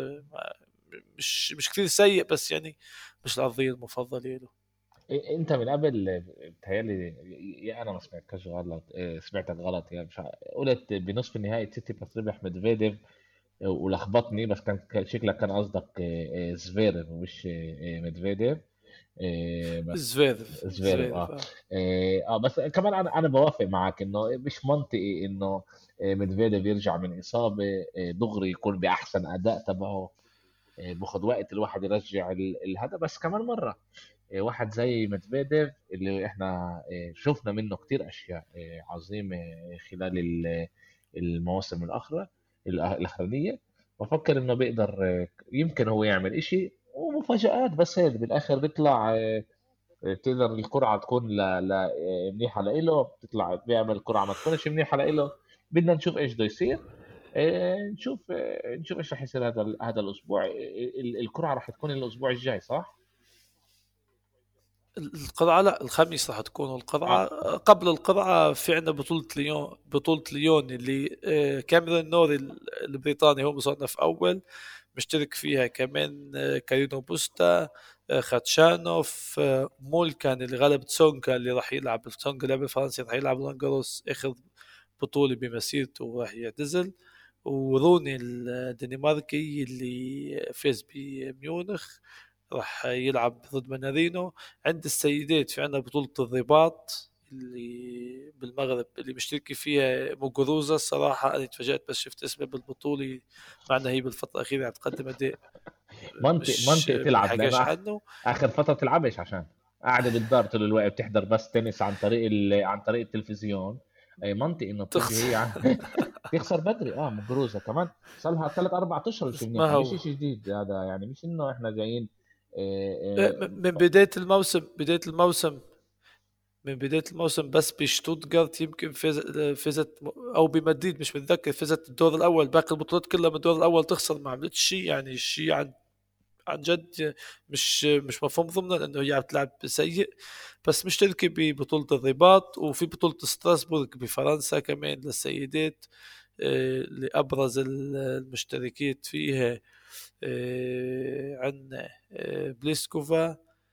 مش كثير سيء، بس يعني مش الارضية المفضلة له. انت من قبل بتهيألي، يا انا ما سمعتكش غلط، سمعتك غلط يعني. مش قلت بنصف النهائي سيتي بس ربح ميدفيديف، ولخبطني. بس شكلك كان قصدك زفيرف مش ميدفيديف. بس زفيرف زفيرف زفيرف بس كمان انا بوافق معك انه مش منطقي انه ميدفيديف يرجع من اصابه دغري يكون باحسن اداء تبعه. باخد وقت الواحد يرجع الهدف. بس كمان مره واحد زي ميدفيديف اللي احنا شفنا منه كتير اشياء عظيمه خلال المواسم الاخرانيه. بفكر انه بيقدر يمكن هو يعمل اشي ومفاجآت، بس هيك بالاخر بيطلع بتقدر القرعه تكون لا منيحه لإله، بتطلع بيعمل قرعه ما تكونش منيحه لإله. بدنا نشوف ايش بده يصير. نشوف ايش راح يصير هذا الاسبوع. القرعه راح تكون الاسبوع الجاي صح؟ القرعة لا، الخميس راح تكون القرعة. اه قبل القرعة في عندنا بطولة ليون اللي كاميرون نوري البريطاني هو مصنف أول، مشترك فيها كمان كارينو بوستا، خاتشانوف، مولكان اللي غلب تسونغا اللي راح يلعب تسونغا اللاعب الفرنسي راح يلعب رولان جاروس آخر بطولة بمسيرته وراح يعتزل، وروني الدنماركي اللي فاز بميونخ راح يلعب ضد مانارينو. عند السيدات في عندنا بطولة الرباط اللي بالمغرب اللي مشتركة فيها مقروزة. الصراحة أنا تفاجأت بس شفت اسمها بالبطولة، مع أنها هي بالفترة الأخيرة عم تقدم أداء منطق مش تلعب، بنحكاش لانه عنه. اخر فتره تلعبش عشان قاعده بالدار طول الوقت بتحضر بس تنس عن طريق التلفزيون. اي منطق انه تيجي تخسر. هي تخسر بدري. مقروزه كمان، صار لها 3 4 اشهر مش ما منيحه، مش هو شيء جديد هذا يعني، مش انه احنا جايين. آه، من بداية الموسم بس بشتوتغارت يمكن فازت او بمدريد مش متذكر، فازت الدور الاول، باقي البطولات كلها من الدور الاول تخسر، ما عملتش شيء يعني. شيء عن جد مش مفهوم ضمنا انه هي عم تلعب سيء. بس مشتركة ببطولة الرباط وفي بطولة ستراسبورغ بفرنسا كمان للسيدات، لأبرز المشتركين فيها عندنا بليسكوفا،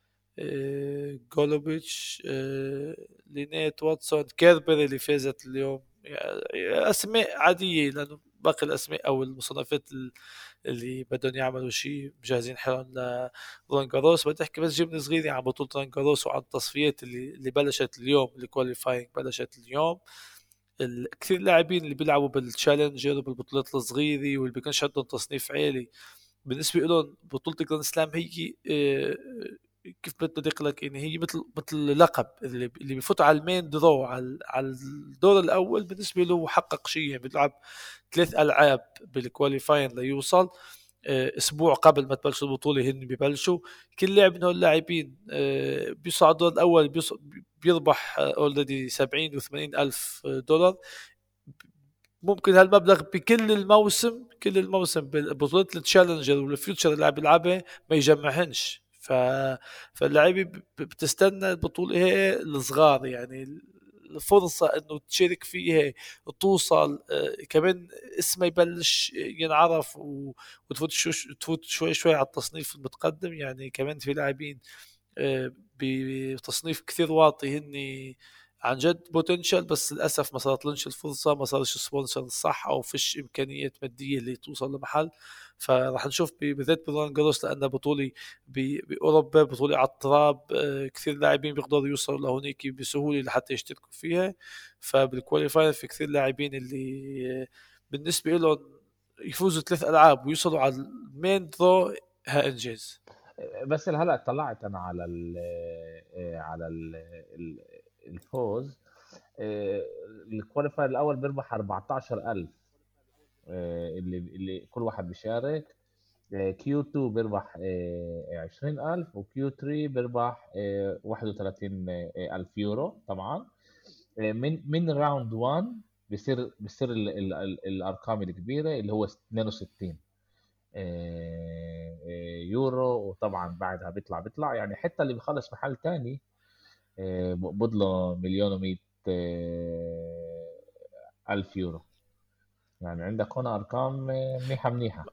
جولوبيتش، لينيت واتسون، كيربر اللي فازت اليوم. يعني أسماء عادية لأنه باقي الأسماء أو المصنفات اللي بدهم يعملوا شيء مجهزين حالهم لرولان جاروس. بدي أحكي بس جبنة صغيرة عن بطولة رولان جاروس وعن التصفيات اللي بلشت اليوم، الكواليفاينج بلشت اليوم. كثير لاعبين اللي بيلعبوا بالتشالنجر وبالبطولات الصغيرة واللي بيكونش عندهم تصنيف عالي، بالنسبة لهم بطولة الجراند سلام هي كيف بدي اقول لك يعني هي مثل لقب اللي بيفوت على المين درو على الدور الاول بالنسبه له حقق شيء. يعني بيلعب 3 العاب بالكواليفاين ليوصل. اسبوع قبل ما تبلش البطوله هن ببلشوا. كل لاعب من هول اللاعبين بيصعد الدور الاول بيربح اوريدي 70 و80 الف دولار. ممكن هالمبلغ بكل الموسم كل الموسم ببطولة التشالنجر والفيوتشر اللي عم بيلعبها ما يجمعهنش. فاللاعبين بتستنى البطولة هي الصغار يعني الفرصة انه تشارك فيها وتوصل كمان اسمه يبلش ينعرف وتفوت تفوت شوي شوي على التصنيف المتقدم. يعني كمان في لاعبين بتصنيف كثير واطي هن عن جد بوتنشال، بس للاسف ما صارت لهمش الفرصه، ما صارش سبونسر الصح او فيش امكانيات ماديه اللي توصل لمحل. فراح نشوف بالذات برولان جاروس لانها بطوله باوروبا، بطوله على التراب، كثير لاعبين بيقدروا يوصلوا لهونيك بسهوله لحتى يشتركوا فيها. فبالكواليفاير في كثير لاعبين اللي بالنسبه لهم يفوزوا 3 العاب ويوصلوا على المين درو ها انجاز. بس هلا طلعت انا على الفوز. الكواليفاير الاول بيربح 14,000، اللي كل واحد بيشارك. كيو 2 بيربح 20,000، وكيو 3 بيربح 31,000 يورو طبعا. من راوند 1 بيصير الارقام الكبيره اللي هو 62 يورو. وطبعا بعدها بيطلع يعني حتى اللي بيخلص محل تاني بضله مليون و100 ألف يورو. يعني عندك هنا أرقام منيحة منيحة.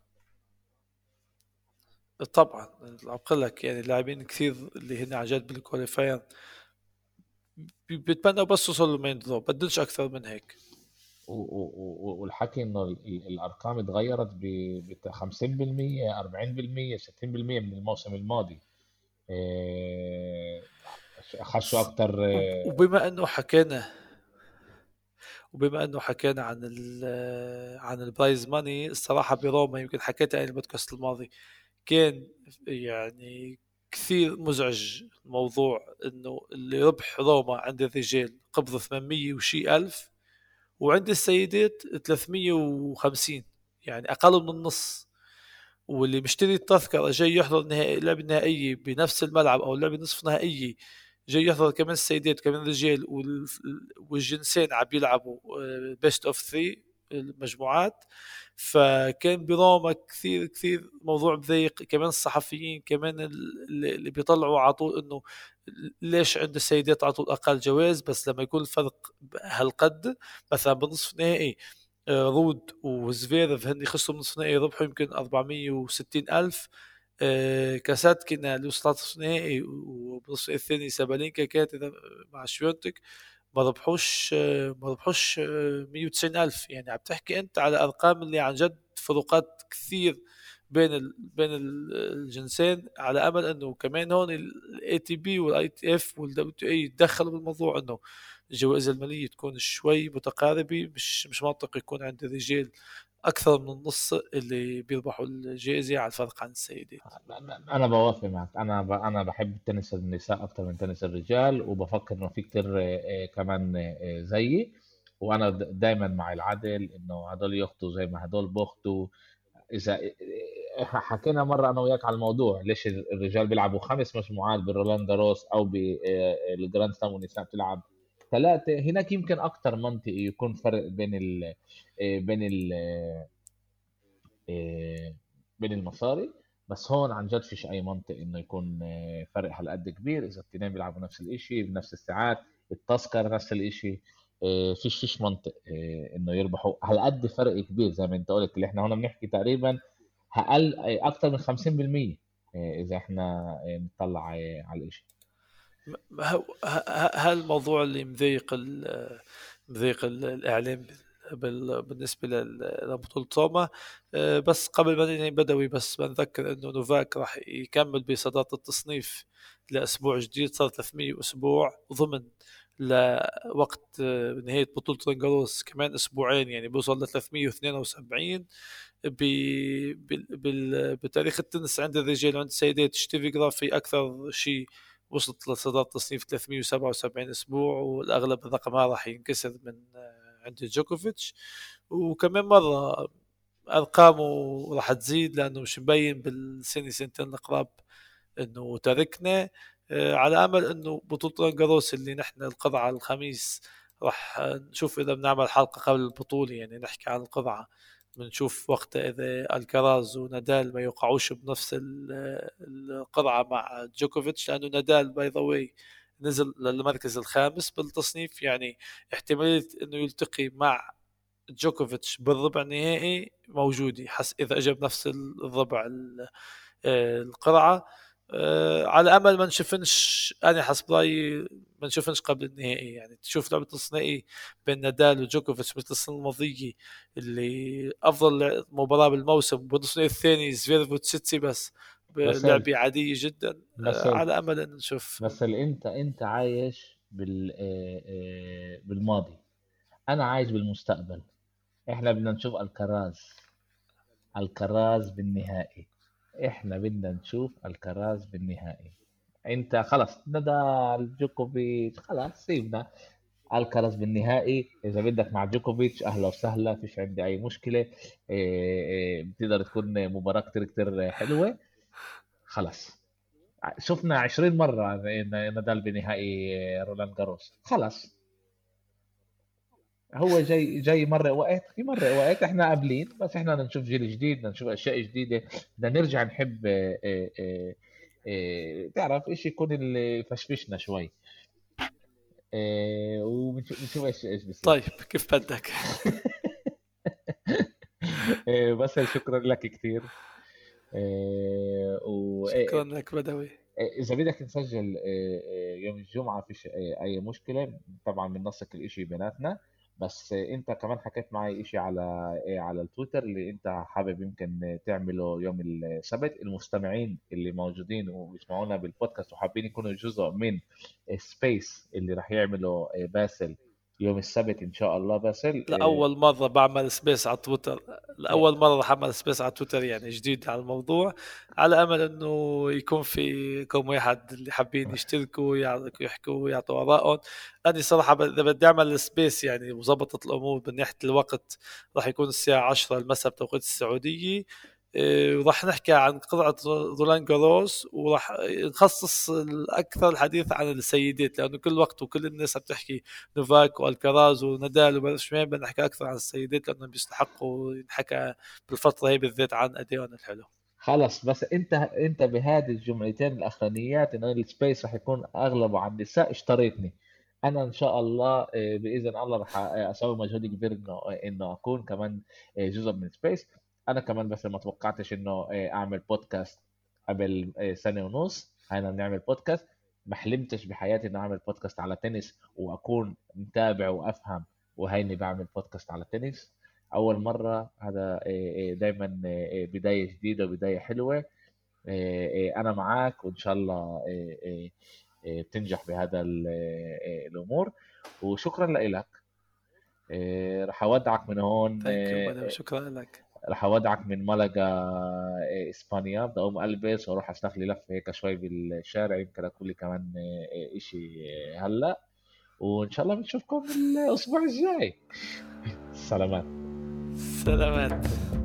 طبعا عم بقول لك يعني اللاعبين كثير اللي هن عن جد بالكواليفاير بيتمنوا بس يوصلوا المين درو، بدلش اكثر من هيك. والحكي إنه الأرقام اتغيرت ب 50%، 40%، 60% من الموسم الماضي. آه، خشوا أكتر. وب- وبما انه حكينا وبما انه حكينا عن البرايز ماني، الصراحه بروما يمكن حكيت عن البودكاست الماضي كان يعني كثير مزعج الموضوع انه اللي ربح روما عند الرجال قبض 800 وشي الف، وعند السيدات 350، يعني اقل من النص. واللي مشتري التذكرة جاي يحضر اللعبة النهائية بنفس الملعب أو اللعبة نصف نهائية، جاي يحضر كمان السيدات كمان الرجال والجنسين عم بيلعبوا بيست اوف 3 المجموعات. فكان بروما كثير كثير موضوع بضيق، كمان الصحفيين كمان اللي بيطلعوا على طول انه ليش عند السيدات على طول اقل جوائز، بس لما يكون الفرق هالقد مثلا بنصف نهائي رود وزفيرف هن خسروا بنصف نهائي ربحوا يمكن 460 ألف. كاساتكينا اللي وصلت نصف نهائي وبنصف الثاني سابالينكا كانت مع شويونتك ما ربحوش 190 ألف. يعني عم تحكي أنت على أرقام اللي عن جد فروقات كثير الجنسين، على أمل أنه كمان هون الاي تي بي والاي تي اف والدبليو تي اي يتدخلوا بالموضوع، أنه الجوائز المالية تكون شوي متقاربة، مش منطقي يكون عند الرجال أكثر من النص اللي بيربحوا الجائزة على الفرق عن السيدات. انا بوافق معك. انا بحب تنس النساء اكتر من تنس الرجال، وبفكر انه في كتير كمان زيي. وانا دايما مع العدل، انه هدول يخطوا زي ما هدول بيخطوا. اذا حكينا مره انا وياك على الموضوع ليش الرجال بيلعبوا 5 مجموعات بالرولان جاروس او بالجراند سلام، والنساء بتلعب 3. هناك يمكن اكتر منطقي يكون فرق بين بين آه، بين المصاري. بس هون عن جد فيش اي منطق انه يكون فرق هالقد كبير اذا التنين بيلعبوا نفس الاشي بنفس الساعات، التذكر نفس الاشي. فيش منطق انه يربحوا هالقد فرق كبير زي ما انت قلت، اللي احنا هون بنحكي تقريبا اقل اكتر من 50%. اذا احنا نطلع على الاشي. هالموضوع اللي مضيق الإعلام بالنسبة لبطولة روما. بس قبل ما ننهي بدوي بس بنذكر إنه نوفاك راح يكمل بصدارة التصنيف لأسبوع جديد، صار 300 أسبوع ضمن لوقت نهاية بطولة رنجاروس كمان أسبوعين، يعني بيوصل ل 372 بتاريخ التنس عند الرجال وعند السيدات. شتيفي جرافي أكثر شيء وصلت لصدارة تصنيف 377 أسبوع، والأغلب الرقم هذا راح ينكسر من عند جوكوفيتش. وكمان مرة أرقامه راح تزيد لأنه مش مبين بالسنة سنتين القراب إنه تركنا. على أمل إنه بطولة رانجاروس اللي نحن القرعة الخميس راح نشوف إذا بنعمل حلقة قبل البطولة، يعني نحكي عن القرعة، بنشوف وقتها إذا الكراز ونادال ما يوقعوش بنفس القرعة مع جوكوفيتش، لأنه نادال باي ذا واي نزل للمركز الخامس بالتصنيف، يعني احتمالية إنه يلتقي مع جوكوفيتش بالربع النهائي موجودة حس إذا أجى بنفس الربع القرعة. على امل ما نشوفنش، انا حسب رايي ما نشوفنش قبل النهائي، يعني تشوف لعبه نص نهائي بين نادال وجوكوفيتش مثل السنه الماضيه اللي افضل مباراه بالموسم، بالنصف النهائي الثاني زفيرف وتسيتسي بس بس لعبه عاديه جدا. بس على امل ان نشوف. بس انت عايش بالماضي، انا عايش بالمستقبل. احنا بدنا نشوف الكراز بالنهائي. احنا بدنا نشوف الكراز بالنهائي. انت خلص نادال جوكوفيتش خلاص سيبنا. الكراز بالنهائي اذا بدك مع جوكوفيتش اهلا وسهلا، فيش عندي اي مشكله. بتقدر تكون مباراه كتير كتير حلوه. خلاص شفنا 20 مره نادال بنهائي رولان جاروس. خلاص هو جاي مره وقت، في مره وقت احنا قابلين، بس احنا بدنا نشوف جيل جديد، بدنا نشوف اشياء جديده، بدنا نرجع نحب تعرف ايش يكون اللي يفشفشنا شوي. وبنشوف ايش بصير. طيب كيف بدك. بس شكرا لك كثير. شكرا لك بدوي. اذا بدك نسجل يوم الجمعه فيش اي مشكله، طبعا بننسق الاشي بيناتنا. بس انت كمان حكيت معي اشي على التويتر اللي انت حابب يمكن تعمله يوم السبت. المستمعين اللي موجودين وبيسمعونا بالبودكاست وحابين يكونوا جزء من سبيس اللي راح يعمله باسل يوم السبت ان شاء الله. باسل لأول مرة بعمل سبيس على تويتر، لأول مرة راح أعمل سبيس على تويتر، يعني جديد على الموضوع. على أمل إنه يكون في كم واحد اللي حابين يشتركوا يحكوا ويعطوا آرائهم. أنا صراحة إذا بدي أعمل سبيس يعني وظبطت الأمور من ناحية الوقت، راح يكون الساعة 10 المساء بتوقيت السعودية. وراح نحكي عن قطعة رولان جاروس، وراح نخصص أكثر الحديث عن السيدات، لأنه كل وقت وكل الناس بتحكي نوفاك والكراز ونادال وبلاش مين، بنحكي أكثر عن السيدات لأنهم بيستحقوا ينحكى بالفترة هي بالذات عن أدائهم الحلو. خلص، بس انت بهذه الجملتين الاخرانيات ان السبيس رح يكون اغلبه عن النساء اشتريتني. انا ان شاء الله باذن الله رح اسوي مجهود كبير انه اكون كمان جزء من سبيس. انا كمان بس ما توقعتش انه اعمل بودكاست قبل سنه ونص. انا بنعمل بودكاست، ما حلمتش بحياتي اني اعمل بودكاست على تنس واكون متابع وافهم، وهيني بعمل بودكاست على تنس اول مره. هذا دايما بدايه جديده وبدايه حلوه. انا معاك، وان شاء الله تنجح بهذا الامور. وشكرا لك. رح اودعك من هون. ثانك يو مدام، شكرا لك. رح اودعك من ملقا اسبانيا. بدي اقوم البس واروح اسلخ لي لفه هيك شوي بالشارع، يمكن اكل لي كمان اشي هلا. وان شاء الله بنشوفكم الاسبوع الجاي. سلامات. سلامات.